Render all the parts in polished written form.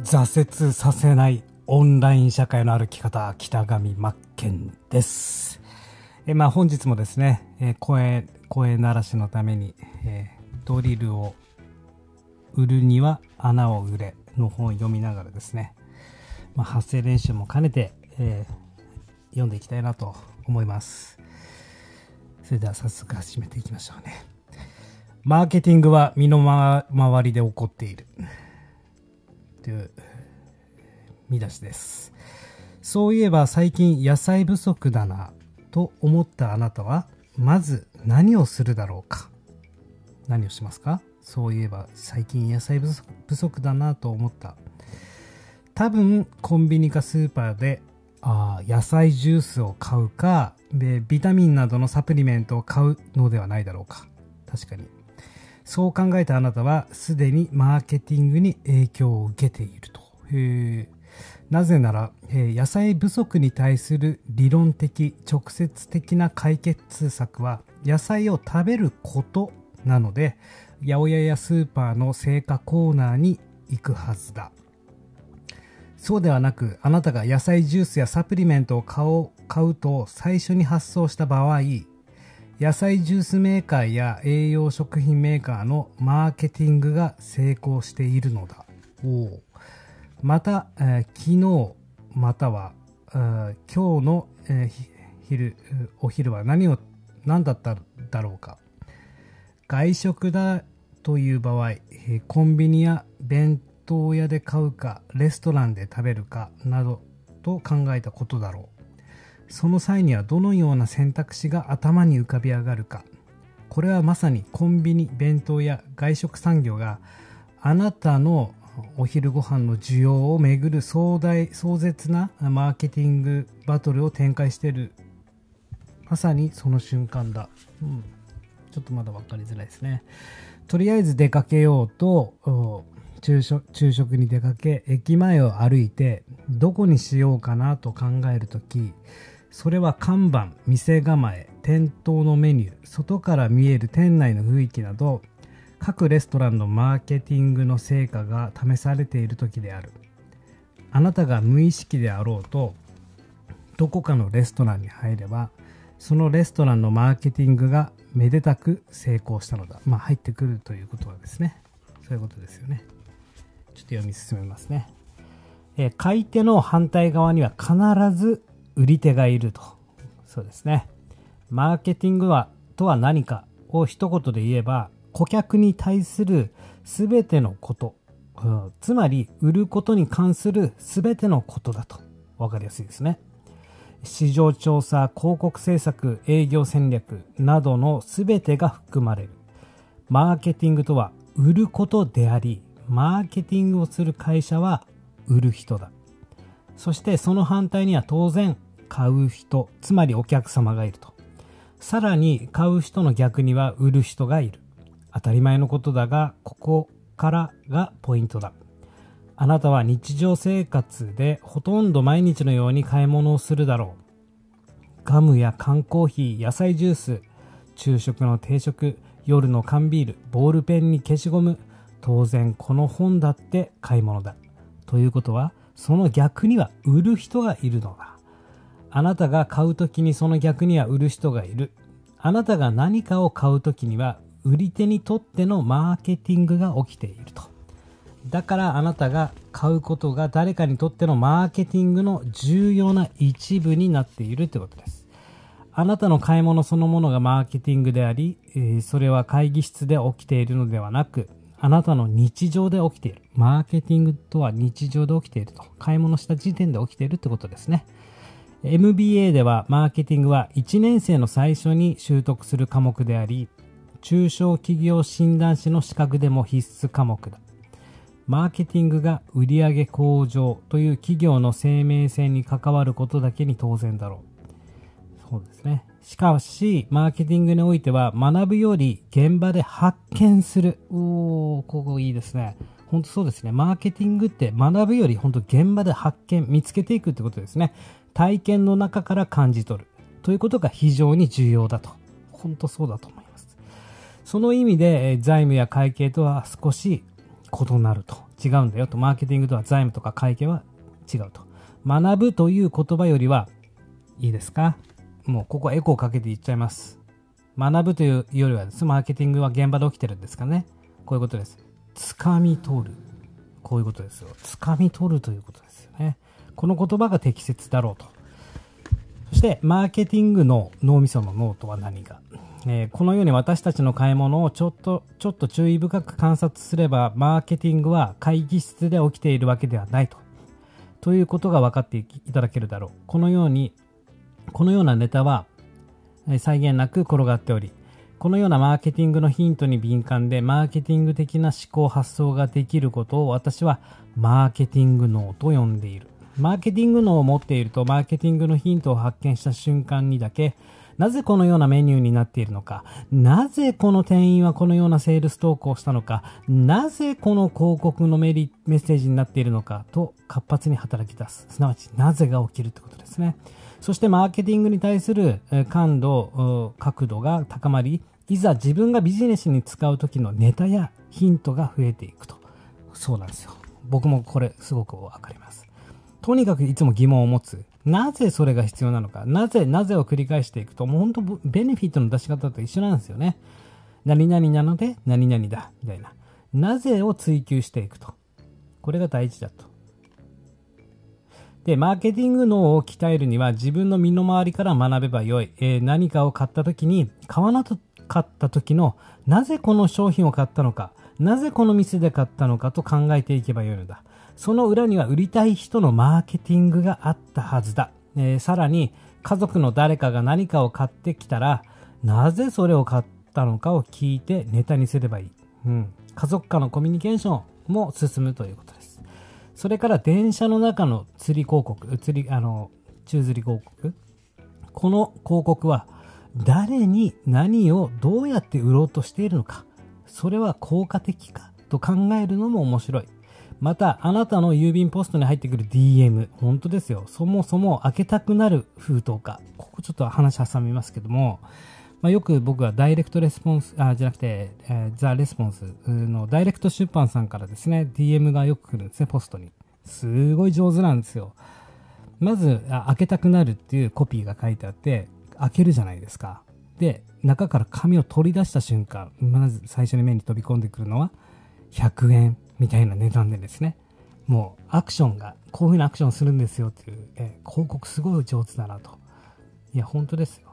挫折させないオンライン社会の歩き方、北上真剣です。本日もですね、声鳴らしのために、ドリルを売るには穴を売れの本を読みながらですね、発声練習も兼ねて、読んでいきたいなと思います。それでは早速始めていきましょうね。マーケティングは身の回りで起こっているという見出しです。そういえば最近野菜不足だなと思ったあなたはまず何をするだろうか。何をしますか？そういえば最近野菜不足だなと思った。多分コンビニかスーパーで野菜ジュースを買うかでビタミンなどのサプリメントを買うのではないだろうか。確かにそう考えたあなたはすでにマーケティングに影響を受けていると。なぜなら、野菜不足に対する理論的直接的な解決策は野菜を食べることなので、八百屋やスーパーの青果コーナーに行くはずだ。そうではなく、あなたが野菜ジュースやサプリメントを買うと最初に発想した場合、野菜ジュースメーカーや栄養食品メーカーのマーケティングが成功しているのだ。また、昨日または今日の、お昼は何だっただろうか。外食だという場合、コンビニや弁当屋で買うかレストランで食べるかなどと考えたことだろう。その際にはどのような選択肢が頭に浮かび上がるか。これはまさにコンビニ、弁当や外食産業があなたのお昼ご飯の需要をめぐる壮絶なマーケティングバトルを展開している。まさにその瞬間だ。ちょっとまだ分かりづらいですね。とりあえず出かけようと昼食に出かけ、駅前を歩いてどこにしようかなと考えるとき、それは看板、店構え、店頭のメニュー、外から見える店内の雰囲気など、各レストランのマーケティングの成果が試されている時である。あなたが無意識であろうと、どこかのレストランに入れば、そのレストランのマーケティングがめでたく成功したのだ。入ってくるということはですね、そういうことですよね。ちょっと読み進めますね。買い手の反対側には必ず売り手がいると。そうですね。マーケティングとは何かを一言で言えば、顧客に対するすべてのこと、つまり売ることに関するすべてのことだと。わかりやすいですね。市場調査、広告制作、営業戦略などのすべてが含まれる。マーケティングとは売ることであり、マーケティングをする会社は売る人だ。そしてその反対には当然買う人、つまりお客様がいると。さらに買う人の逆には売る人がいる。当たり前のことだが、ここからがポイントだ。あなたは日常生活でほとんど毎日のように買い物をするだろう。ガムや缶コーヒー、野菜ジュース、昼食の定食、夜の缶ビール、ボールペンに消しゴム、当然この本だって買い物だ。ということは、その逆には売る人がいるのだ。あなたが買うときにその逆には売る人がいる。あなたが何かを買うときには売り手にとってのマーケティングが起きていると。だからあなたが買うことが誰かにとってのマーケティングの重要な一部になっているということです。あなたの買い物そのものがマーケティングであり、それは会議室で起きているのではなく、あなたの日常で起きている。マーケティングとは日常で起きていると。買い物した時点で起きているということですね。MBA ではマーケティングは1年生の最初に習得する科目であり、中小企業診断士の資格でも必須科目だ。マーケティングが売上向上という企業の生命線に関わることだけに当然だろう。そうですね。しかし、マーケティングにおいては学ぶより現場で発見する。ここいいですね。本当そうですね。マーケティングって学ぶより本当現場で発見、見つけていくってことですね。体験の中から感じ取るということが非常に重要だと。本当そうだと思います。その意味で財務や会計とは少し異なると。 違うんだよと。マーケティングとは財務とか会計は違うと。学ぶという言葉よりは、いいですか？もうここエコーかけて言っちゃいます。学ぶというよりはですね、マーケティングは現場で起きてるんですかね。こういうことです。掴み取る。こういうことですよ。掴み取るということですよね。この言葉が適切だろうと。そして、マーケティングの脳みその脳とは何か。このように私たちの買い物をちょっと注意深く観察すれば、マーケティングは会議室で起きているわけではないということが分かっていただけるだろう。このようなネタは際限なく転がっており、このようなマーケティングのヒントに敏感で、マーケティング的な思考発想ができることを私はマーケティング脳と呼んでいる。マーケティング脳を持っていると、マーケティングのヒントを発見した瞬間にだけ、なぜこのようなメニューになっているのか、なぜこの店員はこのようなセールストークをしたのか、なぜこの広告のメッセージになっているのかと活発に働き出す。すなわち、なぜが起きるということですね。そしてマーケティングに対する感度、角度が高まり、いざ自分がビジネスに使う時のネタやヒントが増えていくと。そうなんですよ。僕もこれすごくわかります。とにかくいつも疑問を持つ。なぜそれが必要なのか。なぜを繰り返していくと、もう本当ベネフィットの出し方と一緒なんですよね。何々なので何々だ。みたいな。なぜを追求していくと。これが大事だと。で、マーケティング脳を鍛えるには自分の身の回りから学べばよい。何かを買った時に、買わなかった時の、なぜこの商品を買ったのか、なぜこの店で買ったのかと考えていけばよいのだ。その裏には売りたい人のマーケティングがあったはずだ。さらに、家族の誰かが何かを買ってきたら、なぜそれを買ったのかを聞いてネタにすればいい。家族間のコミュニケーションも進むということです。それから電車の中の釣り広告、宙吊り広告。この広告は誰に何をどうやって売ろうとしているのか。それは効果的かと考えるのも面白い。また、あなたの郵便ポストに入ってくる DM。本当ですよ。そもそも開けたくなる封筒か。ここちょっと話挟みますけども、よく僕はダイレクトレスポンス、じゃなくて、ザ・レスポンスのダイレクト出版さんからですね、DM がよく来るんですね、ポストに。すごい上手なんですよ。まず、開けたくなるっていうコピーが書いてあって、開けるじゃないですか。で、中から紙を取り出した瞬間、まず最初に目に飛び込んでくるのは、100円みたいな値段でですね、もうアクションが、こういうふうなアクションするんですよっていう、広告すごい上手だなと。いや、本当ですよ。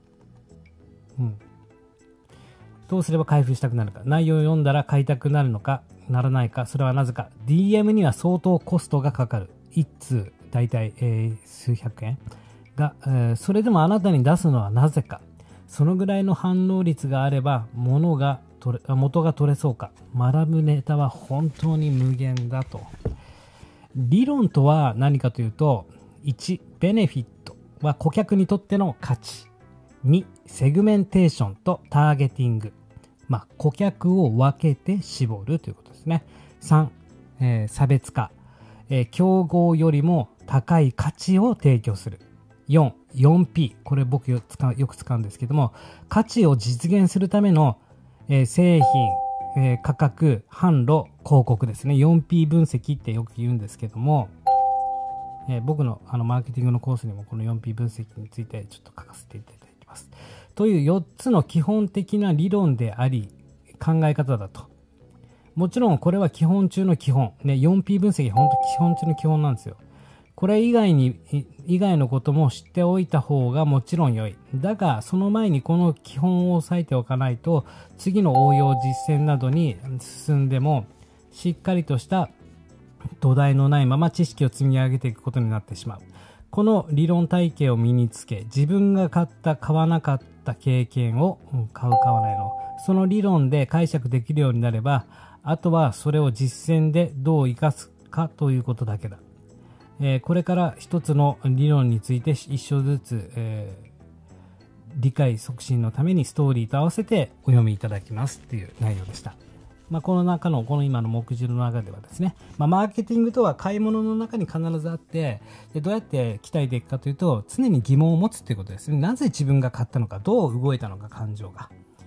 どうすれば開封したくなるか。内容を読んだら買いたくなるのか、ならないか。それはなぜか。DM には相当コストがかかる。1通、だいたい数百円が、それでもあなたに出すのはなぜか。そのぐらいの反応率があれば、元が取れそうか。学ぶネタは本当に無限だと。理論とは何かというと、1、ベネフィットは顧客にとっての価値。2、セグメンテーションとターゲティング。顧客を分けて絞るということですね。3、差別化。競合よりも高い価値を提供する。4、4P。これ僕よく使うんですけども、価値を実現するための、製品、価格、販路、広告ですね。4P 分析ってよく言うんですけども、僕のマーケティングのコースにもこの 4P 分析についてちょっと書かせていただいています。という4つの基本的な理論であり、考え方だと。もちろんこれは基本中の基本。4P 分析本当基本中の基本なんですよ。これ以外のことも知っておいた方がもちろん良い。だが、その前にこの基本を押さえておかないと、次の応用実践などに進んでも、しっかりとした土台のないまま知識を積み上げていくことになってしまう。この理論体系を身につけ、自分が買わなかった経験を買わないの。その理論で解釈できるようになれば、あとはそれを実践でどう活かすかということだけだ。これから一つの理論について一章ずつ、理解促進のためにストーリーと合わせてお読みいただきますっていう内容でした。この中のこの今の目次の中ではですね、マーケティングとは買い物の中に必ずあって、でどうやって鍛えていくかというと、常に疑問を持つということですね。なぜ自分が買ったのか、どう動いたのか、感情が。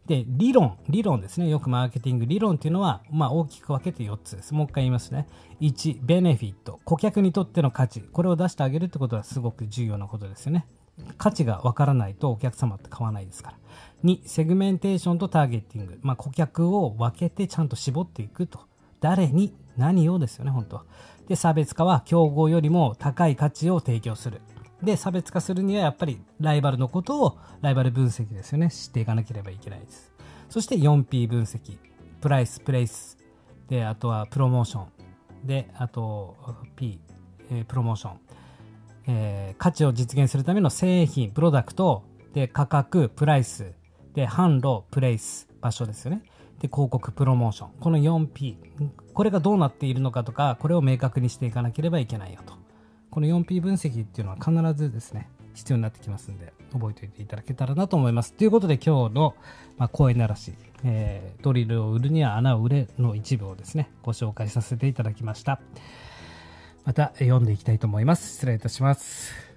で、理論ですね。よくマーケティング理論っていうのは、大きく分けて4つです。もう一回言いますね。1、ベネフィット。顧客にとっての価値。これを出してあげるってことはすごく重要なことですよね。価値が分からないとお客様って買わないですから。2、セグメンテーションとターゲッティング。顧客を分けてちゃんと絞っていくと。誰に何をですよね、本当は。で、差別化は競合よりも高い価値を提供する。で、差別化するにはやっぱりライバルのことを、ライバル分析ですよね。知っていかなければいけないです。そして 4P 分析。プライス、プレイス。で、あとはプロモーション。で、あと P、プロモーション。価値を実現するための製品、プロダクト。で、価格、プライス。で、販路、プレイス、場所ですよね。で、広告、プロモーション。この 4P。これがどうなっているのかとか、これを明確にしていかなければいけないよと。この 4P 分析っていうのは必ずですね、必要になってきますんで、覚えておいていただけたらなと思います。ということで今日の、声ならし、ドリルを売るには穴を売れの一部をですね、ご紹介させていただきました。また読んでいきたいと思います。失礼いたします。